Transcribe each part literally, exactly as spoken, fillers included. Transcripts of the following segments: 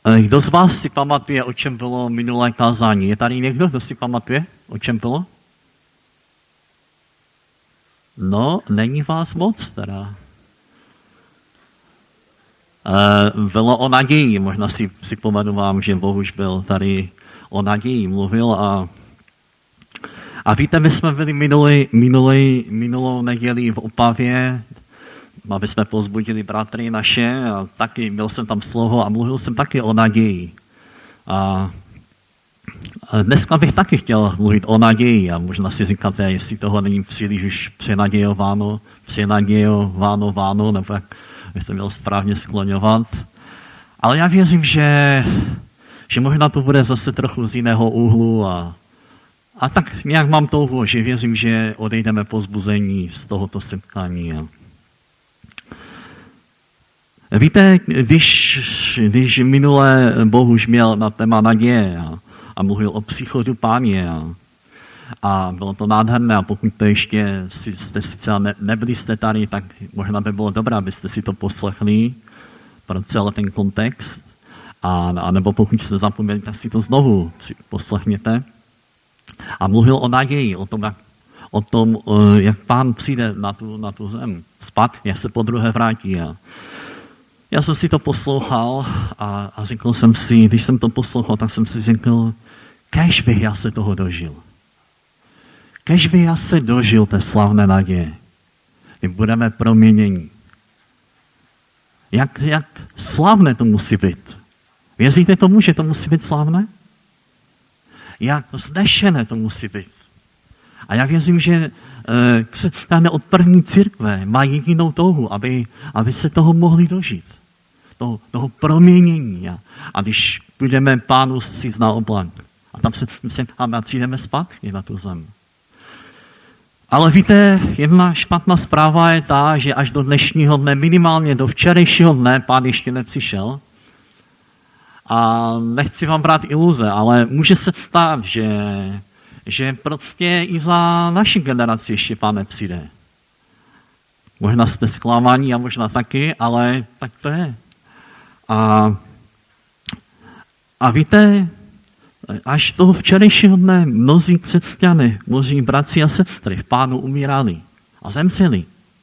Kdo z vás si pamatuje, o čem bylo minulé kázání? Je tady někdo, kdo si pamatuje, o čem bylo? No, není vás moc teda. Bylo o naději, možná si, si pomenu vám, že Bohuž byl tady o naději mluvil a a víte, my jsme byli minulý, minulý, minulou neděli v Opavě, aby jsme pozbudili bratry naše a taky měl jsem tam slovo a mluvil jsem taky o naději. A dneska bych taky chtěl mluvit o naději a možná si říkáte, jestli toho není příliš už přenadějováno, přenadějováno, váno, nebo jak bych to měl správně skloňovat. Ale já věřím, že, že možná to bude zase trochu z jiného úhlu a, a tak nějak mám touhu, že věřím, že odejdeme pozbuzení z tohoto setkání. Víte, když, když minule Bohuž měl na téma naděje a, a mluvil o příchodu Páně a, a bylo to nádherné a pokud to ještě si, jste sice ne, nebyli jste tady, tak možná by bylo dobré, abyste si to poslechli pro celý ten kontext a, a nebo pokud jste zapomněli, tak si to znovu poslechněte. A mluvil o naději, o tom, jak, o tom, jak Pán přijde na tu, na tu zem zpátky, jak se podruhé vrátí. A já jsem si to poslouchal a, a řekl jsem si, když jsem to poslouchal, tak jsem si řekl, kéž bych já se toho dožil. Kéž bych já se dožil té slavné naděje. My budeme proměnění. Jak, jak slavné to musí být. Věříte tomu, že to musí být slavné? Jak vznešené to musí být. A já věřím, že e, křesťané od první církve mají jedinou touhu, aby, aby se toho mohli dožít. Toho, toho proměnění. A, a když půjdeme Pánu vstříc na oblak, a tam se setkáme a přijdeme zpátky na tu zem. Ale víte, jedna špatná zpráva je ta, že až do dnešního dne, minimálně do včerejšího dne, Pán ještě nepřišel. A nechci vám brát iluze, ale může se stát, že, že prostě i za naši generaci ještě Pán nepřijde. Možná jste zklamaní a možná taky, ale tak to je. A, a víte, až toho včerejšího dne mnozí křesťané, mnozí bratři a sestry v Pánu umírali a zemřeli.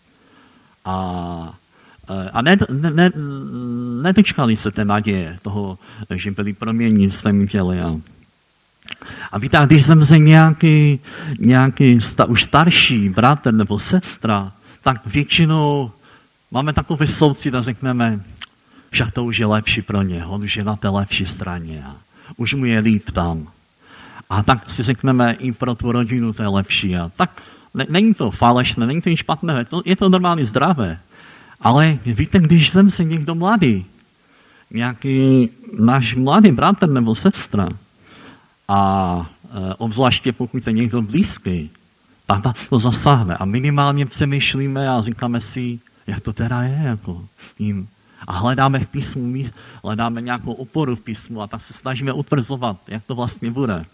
A A ne, ne, nedočkali se té naděje toho, že byli proměněni svým tělem. A víte, když zemře nějaký, nějaký sta, už starší bratr nebo sestra, tak většinou máme takový soucit a řekneme, že to už je lepší pro ně, on už je na té lepší straně a už mu je líp tam. A tak si řekneme, i pro tu rodinu to je lepší. A tak ne, není to falešné, není to nic špatného, je to, je to normálně zdravé. Ale víte, když zemře někdo mladý, nějaký náš mladý bratr nebo sestra, a e, obzvláště pokud je někdo blízký, tak nás to zasáhne a minimálně přemýšlíme a říkáme si, jak to teda je jako s ním. A hledáme v písmu, hledáme nějakou oporu v písmu a tak se snažíme utvrzovat, jak to vlastně bude.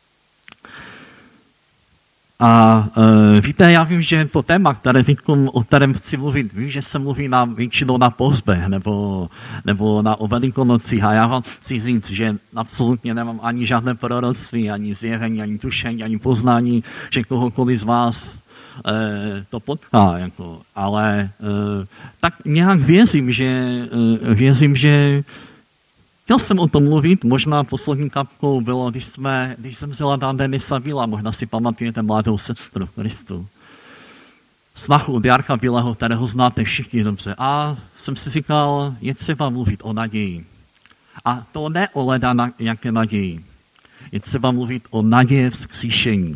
A e, víte, já vím, že to téma, které teďkom, o kterém chci mluvit, vím, že se mluví na, většinou na pohřbech nebo, nebo na o Velikonocích a já vám chci říct, že absolutně nemám ani žádné proroctví, ani zjevení, ani tušení, ani poznání, že kohokoliv z vás e, to potká. Jako. Ale e, tak nějak věřím, že, e, věřím, že chtěl jsem o tom mluvit, možná poslední kapkou bylo, když, jsme, když jsem vzala Dan Denisa Vila, možná si pamatujete mladou sestru Kristu. Snahu od Jarka Bílého, kterého znáte všichni dobře. A jsem si říkal, je třeba mluvit o naději. A to ne o leda na, jaké naději. Je třeba mluvit o naději vzkříšení.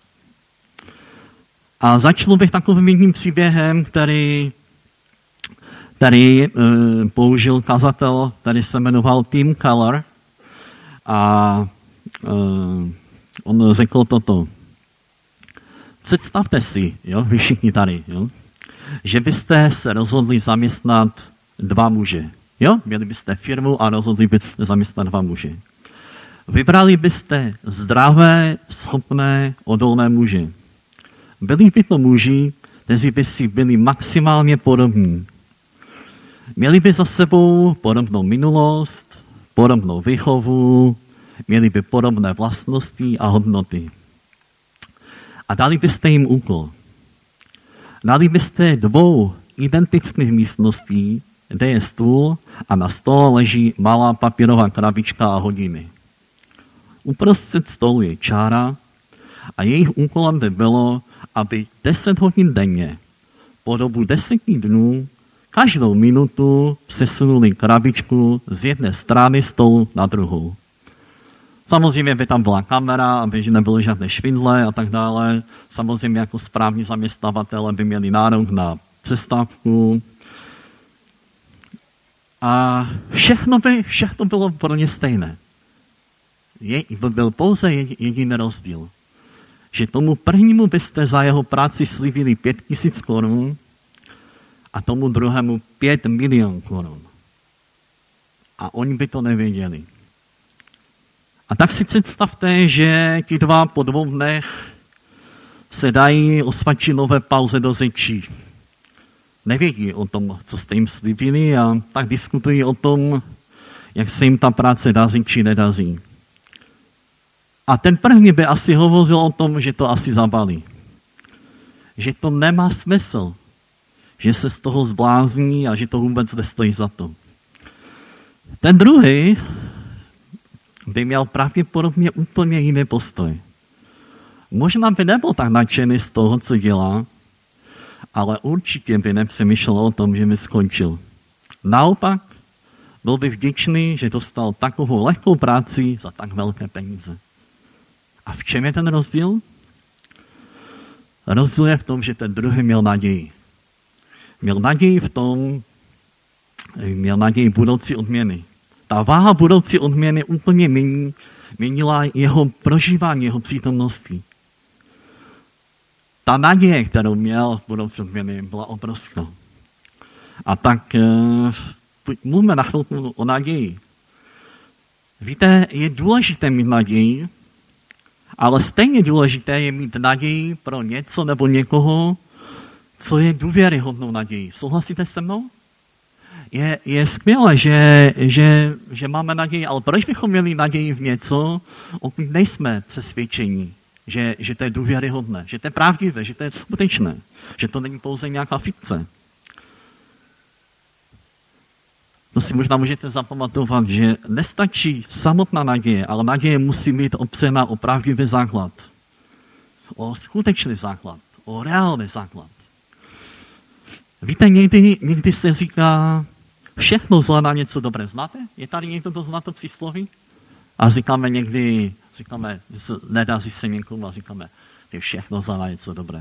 A začnu bych takovým jedním příběhem, který který uh, použil kazatel, který se jmenoval Tim Keller a uh, on řekl toto. Představte si, jo, vy všichni tady, jo, že byste se rozhodli zaměstnat dva muže. Jo? Měli byste firmu a rozhodli byste zaměstnat dva muže. Vybrali byste zdravé, schopné, odolné muže. Byli by to muži, kteří by si byli maximálně podobní. Měli by za sebou podobnou minulost, podobnou výchovu, měli by podobné vlastnosti a hodnoty. A dali byste jim úkol. Dali byste dvou identických místností, kde je stůl a na stole leží malá papírová krabička a hodiny. Uprostřed stolu je čára a jejich úkolem by bylo, aby deset hodin denně po dobu deseti dnů každou minutu přesunuli krabičku z jedné strany stolu na druhou. Samozřejmě by tam byla kamera, aby nebyly žádné švindle a tak dále. Samozřejmě jako správní zaměstnavatele by měli nárok na přestávku. A všechno by, všechno bylo pro ně stejné. Je, byl pouze jediný rozdíl. Že tomu prvnímu byste za jeho práci slíbili pět tisíc korun a tomu druhému pět milionů korun. A oni by to nevěděli. A tak si představte, že ti dva po dvou dnech se dají o svačinové pauze do řečí. Nevědí o tom, co jste jim slíbili a tak diskutují o tom, jak se jim ta práce daří či nedaří. A ten první by asi hovořil o tom, že to asi zabalí. Že to nemá smysl. Že se z toho zblázní a že to vůbec nestojí za to. Ten druhý by měl pravděpodobně úplně jiný postoj. Možná by nebyl tak nadšený z toho, co dělá, ale určitě by nepřemýšlel o tom, že by skončil. Naopak, byl by vděčný, že dostal takovou lehkou práci za tak velké peníze. A v čem je ten rozdíl? Rozdíl je v tom, že ten druhý měl naději. Měl naději v tom, měl naději budoucí odměny. Ta váha budoucí odměny úplně mění, měnila jeho prožívání, jeho přítomnosti. Ta naděje, kterou měl v budoucí odměny, byla obrovská. A tak mluvíme na chvilku o naději. Víte, je důležité mít naději, ale stejně důležité je mít naději pro něco nebo někoho, co je důvěryhodnou nadějí. Souhlasíte se mnou? Je, je skvělé, že, že, že máme naději, ale proč bychom měli naději v něco, pokud nejsme přesvědčení, že, že to je důvěryhodné, že to je pravdivé, že to je skutečné, že to není pouze nějaká fikce. To si možná můžete zapamatovat, že nestačí samotná naděje, ale naděje musí být opřena o pravdivý základ. O skutečný základ, o reálný základ. Víte, někdy, někdy se říká, všechno zlé na něco dobré. Znáte? Je tady někdo, kdo zná to přísloví? A říkáme někdy, říkáme, že se nedaří se někomu a říkáme, že všechno zlé na něco dobré.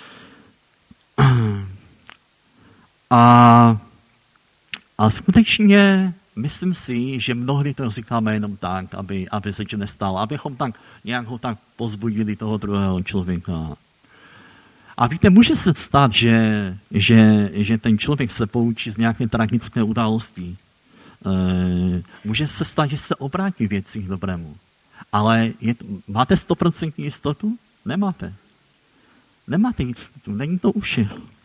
A, a skutečně myslím si, že mnohdy to říkáme jenom tak, aby, aby se to nestalo, abychom tak nějak ho tak pozbudili toho druhého člověka. A víte, může se stát, že, že, že ten člověk se poučí z nějaké tragické události. E, může se stát, že se obrátí věci k dobrému. Ale je, máte stoprocentní jistotu? Nemáte. Nemáte jistotu, není to už.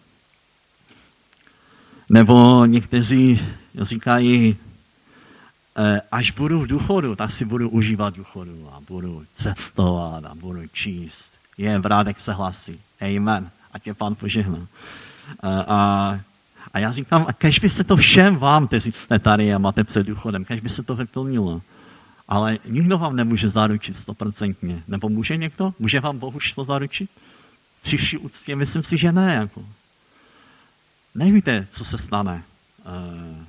Nebo někteří říkají, e, až budu v důchodu, tak si budu užívat důchodu a budu cestovat a budu číst. Je, vrádek se hlasí. Amen. Ať je Pán požehná. A, a, a já říkám, kež by se to všem vám, kteří jste tady a máte před důchodem, kež by se to vyplnilo. Ale nikdo vám nemůže zaručit stoprocentně. Nebo může někdo? Může vám Bohu to zaručit? Při vší úctě, myslím si, že ne. Jako. Nevíte, co se stane. E,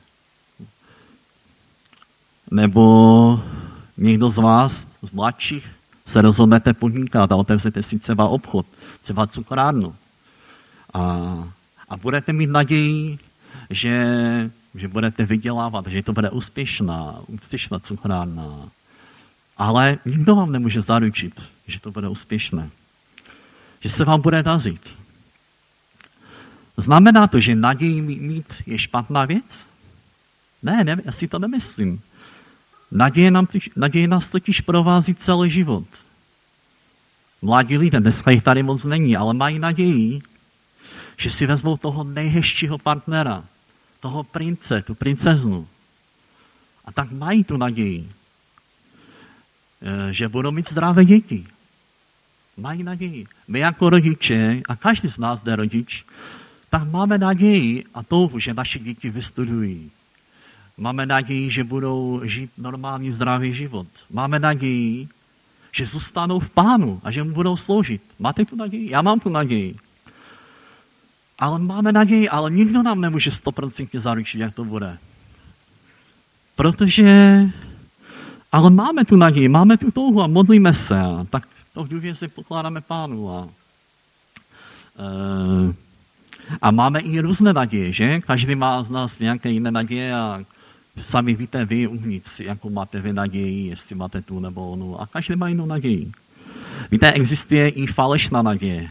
nebo někdo z vás, z mladších, se rozhodnete podnikat a otevřete si třeba obchod, třeba cukrárnu. A, a budete mít naději, že, že budete vydělávat, že to bude úspěšná, úspěšná cukrárna. Ale nikdo vám nemůže zaručit, že to bude úspěšné. Že se vám bude dařit. Znamená to, že naději mít je špatná věc? Ne, ne, já si to nemyslím. Naděje, nám, naděje nás totiž provází celý život. Mladí lidé, dneska jich tady moc není, ale mají naději, že si vezmou toho nejhezčího partnera, toho prince, tu princeznu. A tak mají tu naději, že budou mít zdravé děti. Mají naději. My jako rodiče, a každý z nás je rodič, tak máme naději a touhu, že naše děti vystudují. Máme naději, že budou žít normální zdravý život. Máme naději, že zůstanou v Pánu a že mu budou sloužit. Máte tu naději? Já mám tu naději. Ale máme naději, ale nikdo nám nemůže stoprocentně zaručit, jak to bude. Protože, ale máme tu naději, máme tu touhu a modlíme se. A tak to v důvěře si pokládáme Pánu. A, e, a máme i různé naděje, že? Každý má z nás nějaké jiné naděje a sami víte vy uvnitř, jakou máte vy naději, jestli máte tu nebo onu. A každý má jinou naději. Víte, existuje i falešná naděje.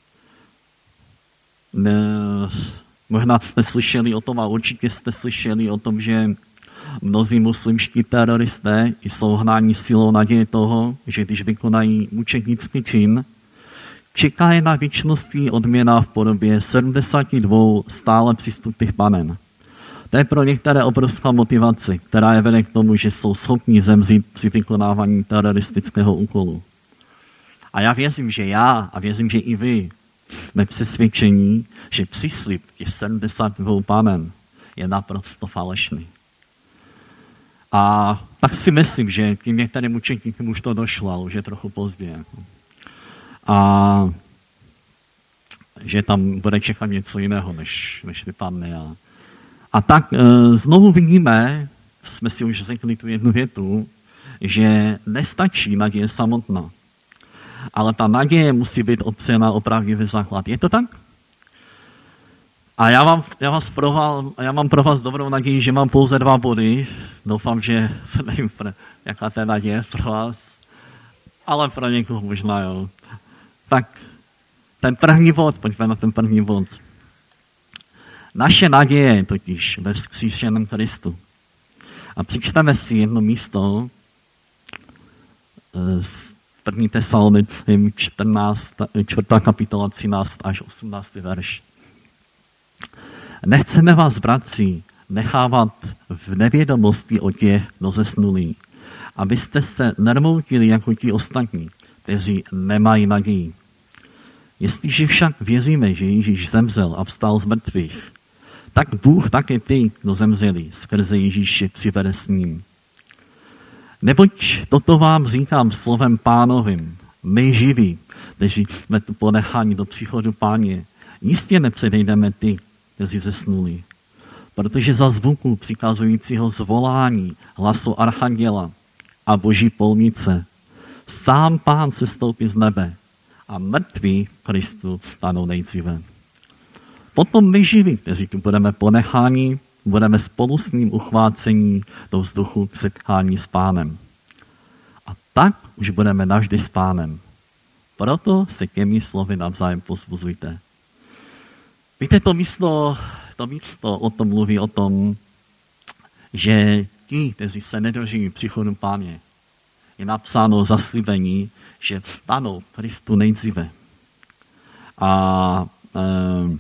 Ne, možná jste slyšeli o tom a určitě jste slyšeli o tom, že mnozí muslimští teroristé jsou hnáni silou naděje toho, že když vykonají mučednický čin, čeká je na věčnosti odměna v podobě sedmdesát dva stále přistupných panen. To je pro některé obrovská motivace, která je vede k tomu, že jsou schopni zemřít při vykonávání teroristického úkolu. A já věřím, že já a věřím, že i vy jsme přesvědčení, že příslib těch sedmdesát dva panen je naprosto falešný. A tak si myslím, že k některým učeníkům už to došlo, ale už je trochu pozdě. A že tam bude čekat něco jiného, než, než vypadne. A, a tak e, znovu vidíme, jsme si už řekli tu jednu větu, že nestačí naděje samotná. Ale ta naděje musí být opřena o pravdivý základ. Je to tak? A já, vám, já, vás pro vás, já mám pro vás dobrou naději, že mám pouze dva body. Doufám, že nevím, jaká to je naděje pro vás, ale pro někoho možná jo. Tak ten první bod, pojďme na ten první bod. Naše naděje je totiž ve vzkříšeném Kristu. A přečteme si jedno místo z první Tesalonickým čtvrtá kapitola třináct až osmnáct verš. Nechceme vás, bratři, nechávat v nevědomosti o těch, kdo zesnulí, abyste se nermoutili jako ti ostatní, kteří nemají naději. Jestliže však věříme, že Ježíš zemřel a vstal z mrtvých, tak Bůh také ty, kdo zemřeli, skrze Ježíše přivede s ním. Neboť toto vám říkám slovem Pánovým, my živí, kteří jsme tu ponecháni do příchodu Páně, jistě nepředejdeme ty, kteří zesnuli. Protože za zvuku přikazujícího zvolání hlasu archanděla a boží polnice sám Pán se stoupí z nebe a mrtví Kristu stanou nejdříve. Potom my živí, kteří tu budeme ponecháni, budeme spolu s ním uchvácení do vzduchu k setkání s Pánem. A tak už budeme navždy s Pánem. Proto se těmi slovy navzájem povzbuzujte. Víte, to místo, to místo o tom mluví o tom, že ti, kteří se nedožijí příchodu Páně, je napsáno zaslíbení, že vstanou Kristu nejdříve. A e,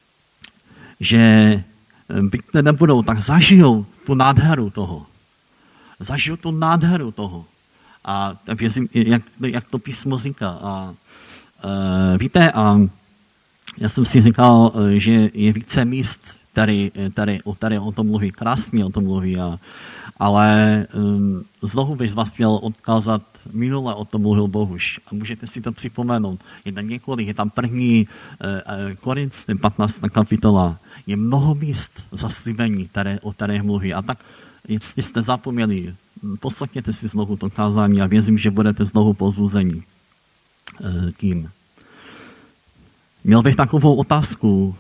že byť nebudou, tak zažijou tu nádheru toho. Zažijou tu nádheru toho. A věřím, jak, jak to písmo říká. A e, víte, a já jsem si říkal, že je více míst, tady, tady, tady o tom mluví, krásně o tom mluví, a, ale um, znovu bych vás chtěl odkázat, minule o tom mluvil Bohuš. A můžete si to připomenout. Je tam několik, je tam první uh, Korinským patnáctá kapitola. Je mnoho míst zaslíbení, které, o kterých mluví. A tak, jestli jste zapomněli, poslechněte si znovu to kázání a věřím, že budete znovu povzbuzeni uh, tím. Měl bych takovou otázku.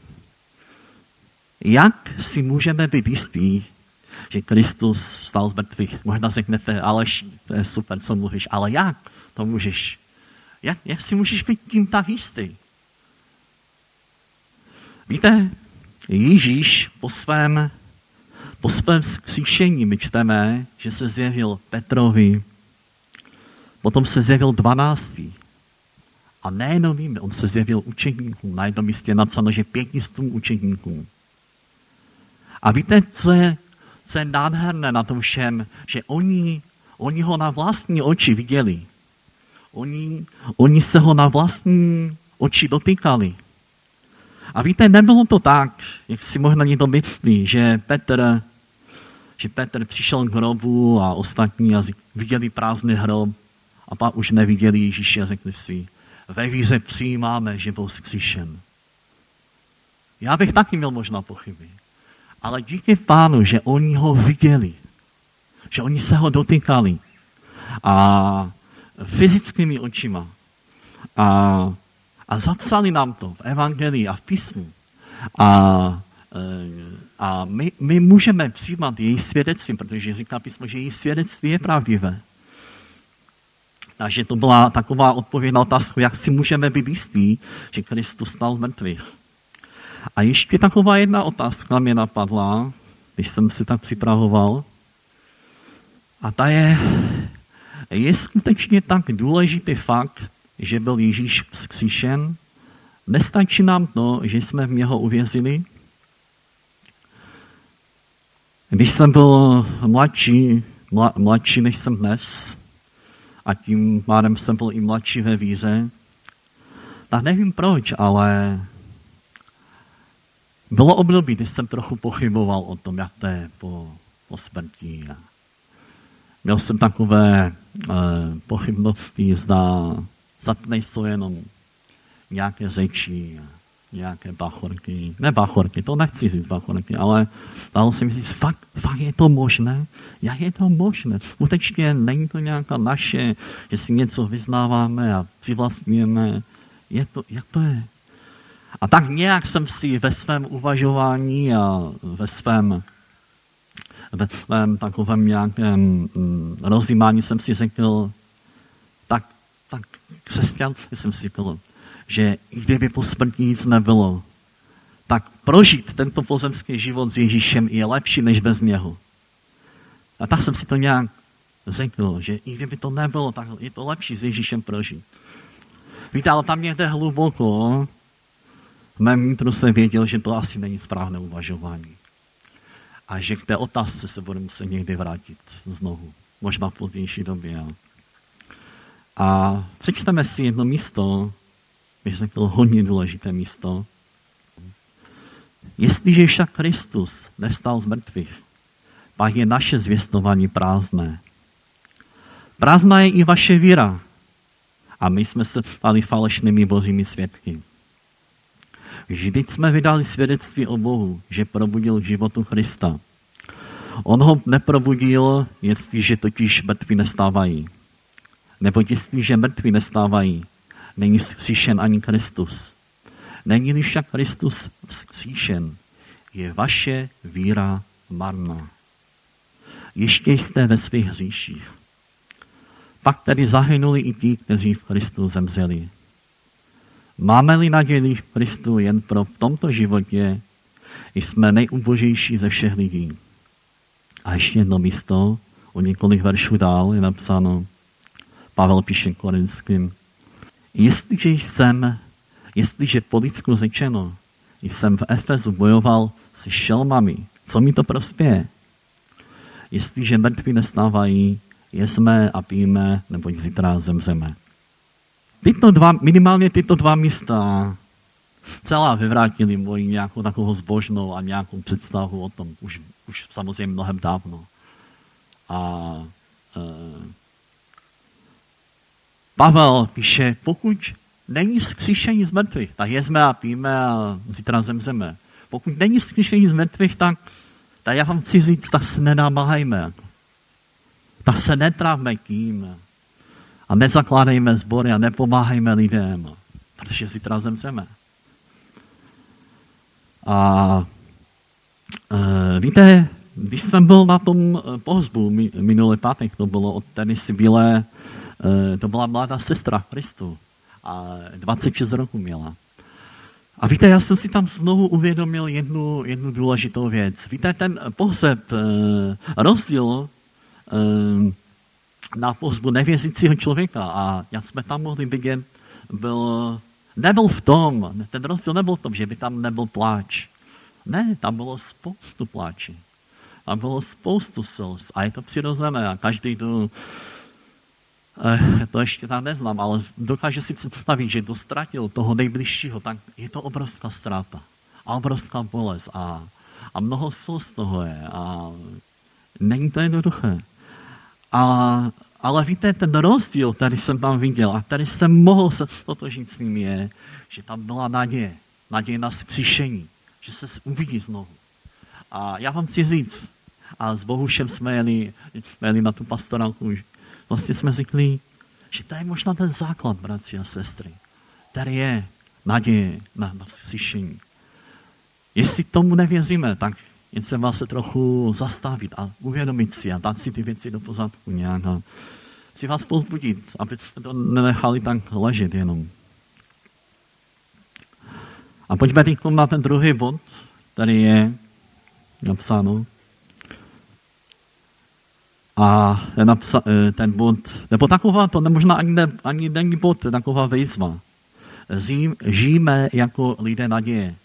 Jak si můžeme být jistí, že Kristus vstal z mrtvých? Možná řeknete, Aleš, to je super, co mluvíš, ale jak to můžeš? Jak, jak si můžeš být tím tak jistý? Víte, Ježíš po svém, po svém vzkříšení my čteme, že se zjevil Petrovi, potom se zjevil dvanácti. A nejenom jim, on se zjevil učeníkům. Na jednom místě je napsáno, že pětistům učeníkům. A víte, co je, co je nádherné na tom všem, že oni, oni ho na vlastní oči viděli. Oni, oni se ho na vlastní oči dotýkali. A víte, nebylo to tak, jak si možná někdo myslí, že Petr, že Petr přišel k hrobu a ostatní a viděli prázdný hrob a pak už neviděli Ježíše a řekli si, ve víře přijímáme, že byl vzkříšen. Já bych taky měl možná pochyby. Ale díky Pánu, že oni ho viděli, že oni se ho dotýkali a fyzickými očima a, a zapsali nám to v evangelii a v písmu. A, a my, my můžeme přijímat její svědectví, protože říká písmo, že její svědectví je pravdivé. Takže to byla taková odpověď na otázku, jak si můžeme být jistí, že Kristus stal z mrtvých. A ještě taková jedna otázka mě napadla, když jsem si tak připravoval. A ta je, je skutečně tak důležitý fakt, že byl Ježíš vzkříšen? Nestačí nám to, že jsme v něho uvěřili? Když jsem byl mladší, mla, mladší než jsem dnes, a tím pádem jsem byl i mladší ve víře, tak nevím proč, ale bylo období, kdy jsem trochu pochyboval o tom, jak to je po, po smrti. Měl jsem takové eh, pochybnosti, zda, zda to nejsou jenom nějaké řeči, nějaké bachorky. Ne bachorky, to nechci říct bachorky, ale dalo jsem říct, fakt, fakt je to možné? Jak je to možné? Skutečně není to nějaká naše, že si něco vyznáváme a přivlastňujeme. Je to, jak to je? A tak nějak jsem si ve svém uvažování a ve svém, ve svém takovém nějakém mm, rozjímání jsem si řekl, tak, tak křesťanství jsem si řekl, že kdyby po smrti nic nebylo, tak prožít tento pozemský život s Ježíšem je lepší než bez něho. A tak jsem si to nějak řekl, že i kdyby to nebylo, tak je to lepší s Ježíšem prožít. Víte, ale tam někde hluboko v mém nitru jsem věděl, že to asi není správné uvažování. A že k té otázce se budu muset někdy vrátit znovu. Možná v pozdější době. A přečteme si jedno místo, bych řekl hodně důležité místo. Jestliže však Kristus nevstal z mrtvých, pak je naše zvěstování prázdné. Prázdná je i vaše víra. A my jsme se stali falešnými božími svědky. Vždyť jsme vydali svědectví o Bohu, že probudil k životu Krista. On ho neprobudil, jestliže totiž mrtví nestávají. Nebo jestliže mrtví nestávají, není vzkříšen ani Kristus. Není-li však Kristus vzkříšen, je vaše víra marná. Ještě jste ve svých hříších. Pak tedy zahynuli i ti, kteří v Kristu zemřeli. Máme-li naději v Kristu jen pro v tomto životě, jsme nejubožejší ze všech lidí. A ještě jedno místo, o několik veršů dál je napsáno, Pavel píše Korinským, jestliže jsem, jestliže po lidsku řečeno, jsem v Efezu bojoval se šelmami, co mi to prospěje? Jestliže mrtví nestávají, jesme a pijeme, neboť zítra zemřeme. Tyto dva, minimálně tyto dva místa celá vyvrátili moji nějakou takovou zbožnou a nějakou představu o tom, už, už samozřejmě mnohem dávno. A e, Pavel píše, pokud není vzkříšení z mrtvých, tak jezme a pijeme a zítra zemřeme. Pokud není vzkříšení z mrtvých, tak, tak já vám chci říct, tak se nenamáhajme. Tak se netrávme tím. A nezakládejme sbory a nepomáhejme lidem, protože zítra zemřeme. A e, víte, když jsem byl na tom pohřbu minulý pátek, to bylo od Tenisy Bílé, e, to byla mladá sestra v Kristu a dvacet šest roků měla. A víte, já jsem si tam znovu uvědomil jednu, jednu důležitou věc. Víte, ten pohřeb, e, rozdíl e, na pohřbu nevěřícího člověka a jak jsme tam mohli vidět, byl, nebyl v tom, ten rozdíl nebyl v tom, že by tam nebyl pláč. Ne, tam bylo spoustu pláči. A bylo spoustu slz. A je to přirozené. A každý to, eh, to ještě tak neznám, ale dokáže si představit, že to ztratil toho nejbližšího, tak je to obrovská ztráta. A obrovská bolest. A, a mnoho slz toho je. A není to jednoduché. A, ale víte, ten rozdíl, který jsem tam viděl a který jsem mohl se stotožnit s ním, je, že tam byla naděje. Naděje na vzkříšení. Že se uvidí znovu. A já vám chci říct, a s Bohušem jsme jeli, jsme jeli na tu pastorálku, vlastně jsme řekli, že to je možná ten základ, bratři a sestry, který je naděje na, na vzkříšení. Jestli tomu nevěříme, tak jen se vás se trochu zastavit a uvědomit si a dát si ty věci do pořádku nějak a si vás povzbudit, aby jste to nenechali tak ležet jenom. A pojďme teď na ten druhý bod, který je napsáno. A je napsa, ten bod, nebo taková, to nemožná ani, ne, ani není bod, to je taková výzva. Žijeme jako lidé naděje.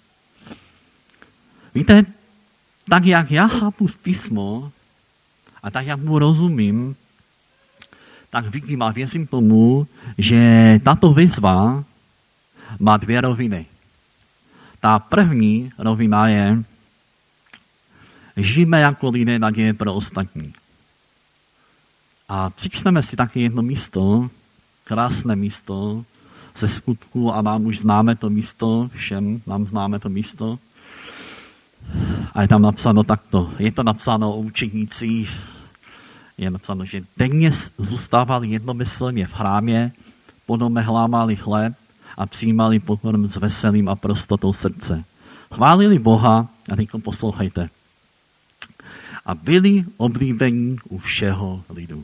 Víte, tak jak já chápu písmo a tak jak mu rozumím, tak vidím a věřím tomu, že tato výzva má dvě roviny. Ta první rovina je, žijeme jako lidé naděje pro ostatní. A přečteme si taky jedno místo, krásné místo ze Skutků a nám už známe to místo, všem nám známe to místo. A je tam napsáno takto, je to napsáno o učenících, je napsáno, že denně zůstávali jednomyslně v chrámě, potom hlámali chléb a přijímali pokrm s veselým a prostotou srdce. Chválili Boha, a teď poslouchejte, a byli oblíbení u všeho lidu.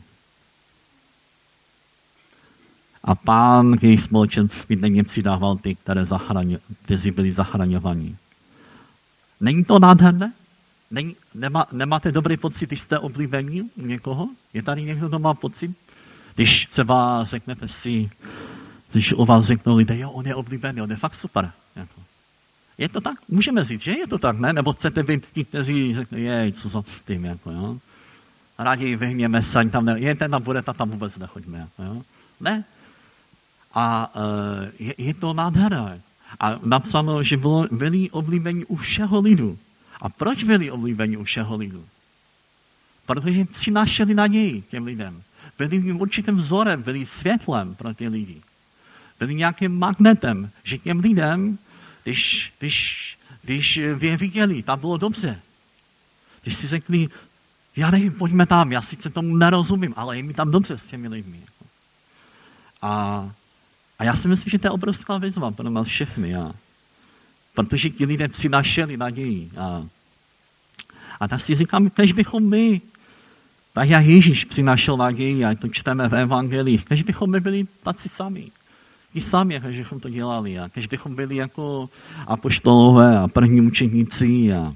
A Pán k jejich společenství denně přidával ty, které zachraň, kteří byli zachraňovaní. Není to nádherné? Není, nemá, nemáte dobrý pocit, když jste oblíbení u někoho? Je tady někdo, kdo má pocit? Když třeba řeknete si, když o vás řeknou lidé, jo, on je oblíbený, on je fakt super. Jako. Je to tak? Můžeme říct, že je to tak, ne? Nebo chcete být ti, kteří řeknou, jej, co za tím, jako, jo? Raději vyhněme se, tam ne, je ten tam bude, tam vůbec nechoďme, jako, jo? Ne? A uh, je, je to nádherné. A napsáno, že bylo, byli oblíbení u všeho lidu. A proč byli oblíbení u všeho lidu? Protože přinášeli naději těm lidem. Byli určitým vzorem, byli světlem pro ty lidi. Byli nějakým magnetem, že těm lidem, když, když, když je viděli, tam bylo dobře. Když si řekli, já nevím, pojďme tam, já sice tomu nerozumím, ale je mi tam dobře s těmi lidmi. A A já si myslím, že to je obrovská výzva pro nás všechny. Já. Protože ti lidé přinášeli naději. A, a tak si říkám, kež bychom my, tak jak Ježíš přinášel naději, a to čteme v evangelích, kež bychom my byli taci sami. I sami, kež bychom to dělali. A kež bychom byli jako apoštolové a první učeníci a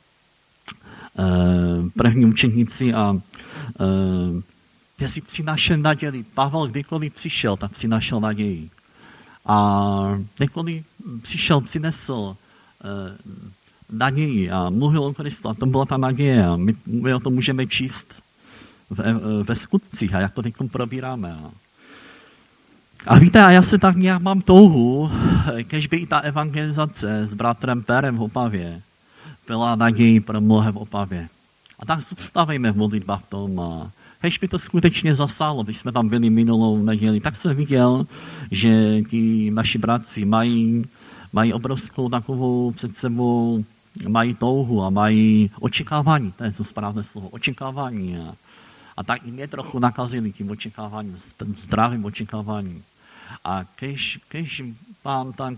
e, první učeníci a e, kteří přinášeli naději. Pavel kdykoliv přišel, tak přinášel naději. A kdykoliv přišel, přinesl uh, naději a mluvil o Kristu. A to byla ta naděje. A my, my o tom můžeme číst ve, ve skutcích a jak to teď probíráme. A, a víte, a já se tak nějak mám touhu, kež by i ta evangelizace s bratrem Perem v Opavě byla naději pro mnohé v Opavě. A tak zůstávejme v modlitbách v tom a kež by to skutečně zasáhlo, když jsme tam byli minulou neděli, tak jsem viděl, že ti naši bratři mají, mají obrovskou takovou před sebou, mají touhu a mají očekávání, to je to správné slovo, očekávání. A, a tak i mě trochu nakazili tím očekáváním, zdravým očekáváním. A kež, kež pán tak,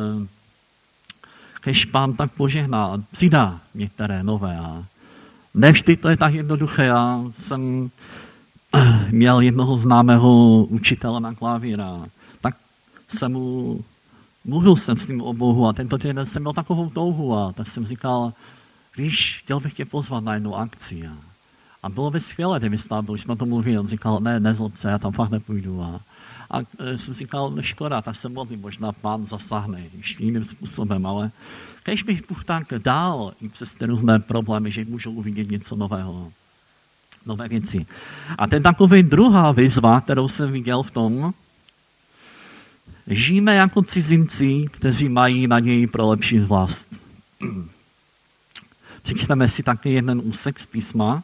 kež pán tak požehná a přidá některé nové. A nevždy to je tak jednoduché. Já jsem měl jednoho známého učitele na klavír a tak jsem mu, mluvil jsem s ním o Bohu a tento týden jsem měl takovou touhu a tak jsem říkal, víš, chtěl bych tě pozvat na jednu akci. A, a bylo by skvělé, kdyby jsi tam byl, když jsme to mluvili, on říkal, ne, nezlob se, já tam fakt nepůjdu. A, a jsem si říkal, no škoda, tak se modlím, možná Pán zasáhne ještě jiným způsobem, ale když bych Bůh tak dál i přes ty různé problémy, že můžou uvidět něco nového, nové věci. A ten takový druhá výzva, kterou jsem viděl v tom, žijeme jako cizinci, kteří mají naději pro lepší vlast. Přečteme si taky jeden úsek z písma.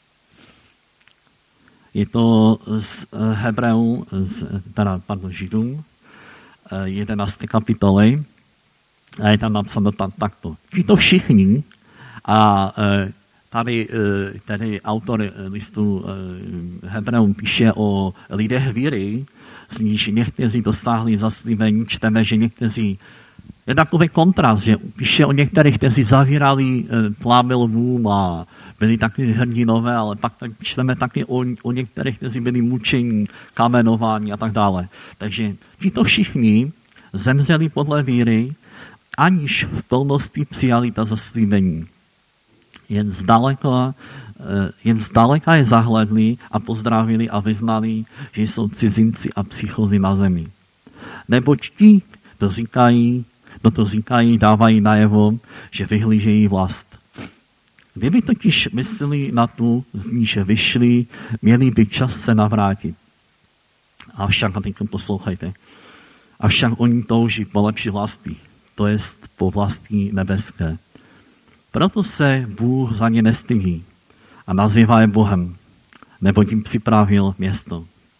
Je to z Hebreů, z, teda, pardon, Židům, jedenácté kapitoly. A je tam napsáno tak, takto. Tito všichni, a tady, tady autor listu Hebreům píše o lidech víry, z níž někteří dosáhli zaslíbení, čteme, že někteří, je takový kontrast, že píše o některých, kteří zavírali tlámy lvům a byli taky hrdinové, ale pak tak čteme taky o, o některých, kteří byli mučení, kamenováni a tak dále. Takže tito všichni zemřeli podle víry, aniž v plnosti přijali ta zaslíbení. Jen zdaleka, jen zdaleka je zahledli a pozdravili a vyznali, že jsou cizinci a příchozí na zemi. Neboť ti, kdo říkají, kdo to říkají, dávají najevo, že vyhlížejí vlast. Kdyby totiž mysleli na tu, z níž vyšli, měli by čas se navrátit. Avšak, a teď poslouchejte, avšak oni touží po lepší vlasti, to jest po vlasti nebeské. Proto se Bůh za ně nestydí a nazývá je Bohem, neboť jim připravil město.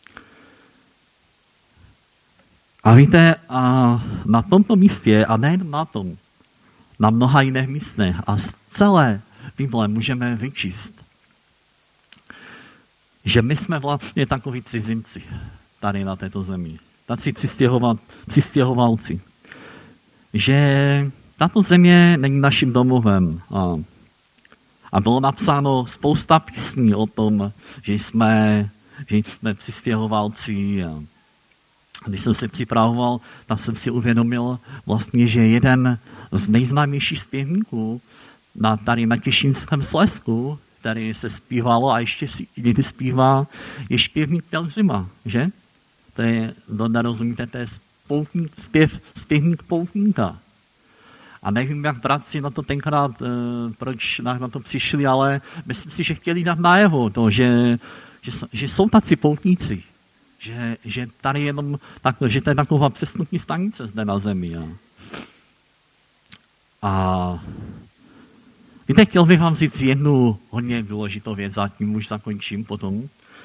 A víte, a na tomto místě, a nejen na tom, na mnoha jiných místech a z celé Bible můžeme vyčíst, že my jsme vlastně takoví cizinci tady na této zemi. Tací přistěhovalci. Že tato země není naším domovem. A, a bylo napsáno spousta písní o tom, že jsme, že jsme přistěhovalci. A když jsem se připravoval, tak jsem si uvědomil vlastně, že jeden z nejznámějších zpěvníků na, tady na Těšínském Slezsku, který se zpívalo a ještě si někdy zpívá, je zpěvník Pelzima, že? To je, no nerozumíte, to je spoutník, zpěv, zpěvník poutníka. A nevím, jak bratři na to tenkrát, e, proč na to přišli, ale myslím si, že chtěli dát najevo to, že, že, že jsou tací poutníci. Že, že tady jenom, tak, že to je taková přesnutní stanice zde na zemi. A, a víte, chtěl bych vám říct jednu hodně důležitou věc, a tím už zakončím potom.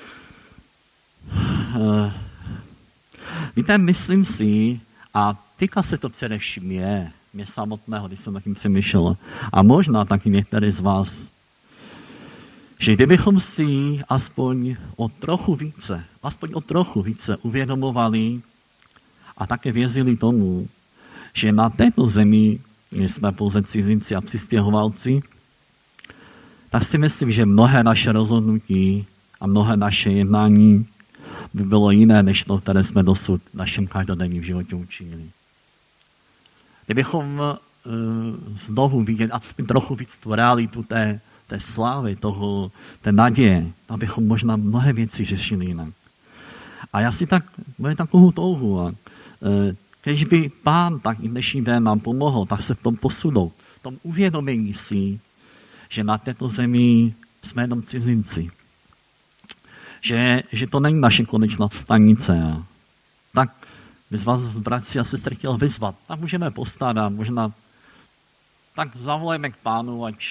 E, víte, myslím si, a týká se to především je, mě samotného, když jsem takým přemýšlel, a možná taky některý z vás, že kdybychom si aspoň o trochu více, aspoň o trochu více uvědomovali a také věřili tomu, že na této zemi jsme pouze cizinci a přistěhovalci, tak si myslím, že mnohé naše rozhodnutí a mnohé naše jednání by bylo jiné, než to, které jsme dosud v našem každodenním životě učinili. Kdybychom uh, znovu viděli aspoň trochu víc tu realitu té, té slávy, toho, té naděje, abychom možná mnohé věci řešili jinak. A já si tak, mám takovou touhu. A, uh, když by Pán tak i dnešní den nám pomohl, tak se v tom posunout, v tom uvědomění si, že na této zemi jsme jenom cizinci. Že, že to není naše konečná stanice. A tak bych vás, bratři a sestry, chtěl vyzvat. Tak můžeme postarat, možná tak zavolejme k Pánu, ať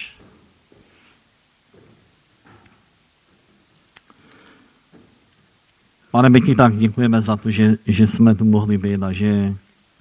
Pane, my ti tak děkujeme za to, že, že jsme tu mohli být a že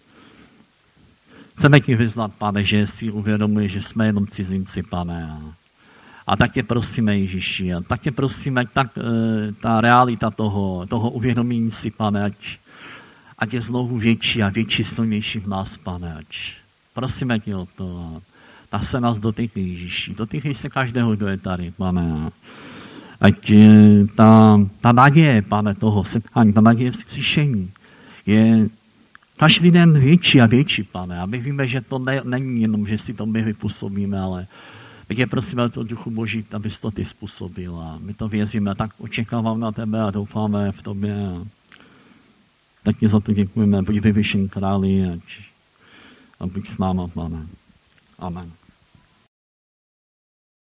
chceme ti vyznat, Pane, že si uvědomuje, že jsme jenom cizinci, Pane. A, a tak tě prosíme, Ježíši, a tak tě prosíme, tak e, ta realita toho, toho uvědomění si, Pane, ať, ať je znovu větší a větší, silnější v nás, Pane, ať prosíme tě o to. A tak se nás dotýkej, Ježíši, dotýkej se každého, kdo je tady, Pane. Ať ta, ta naděje, Pane, toho setkání, ta naděje vzkříšení je každý den větší a větší, Pane. A my víme, že to ne, není jenom, že si to my vypůsobíme, ale my tě prosíme o to Duchu Boží, abys to ty způsobil. A my to věříme, tak očekáváme na tebe a doufáme v tobě. Tak ti za to děkujeme, buď vyvyšen králi, ať a buď s náma, Pane. Amen.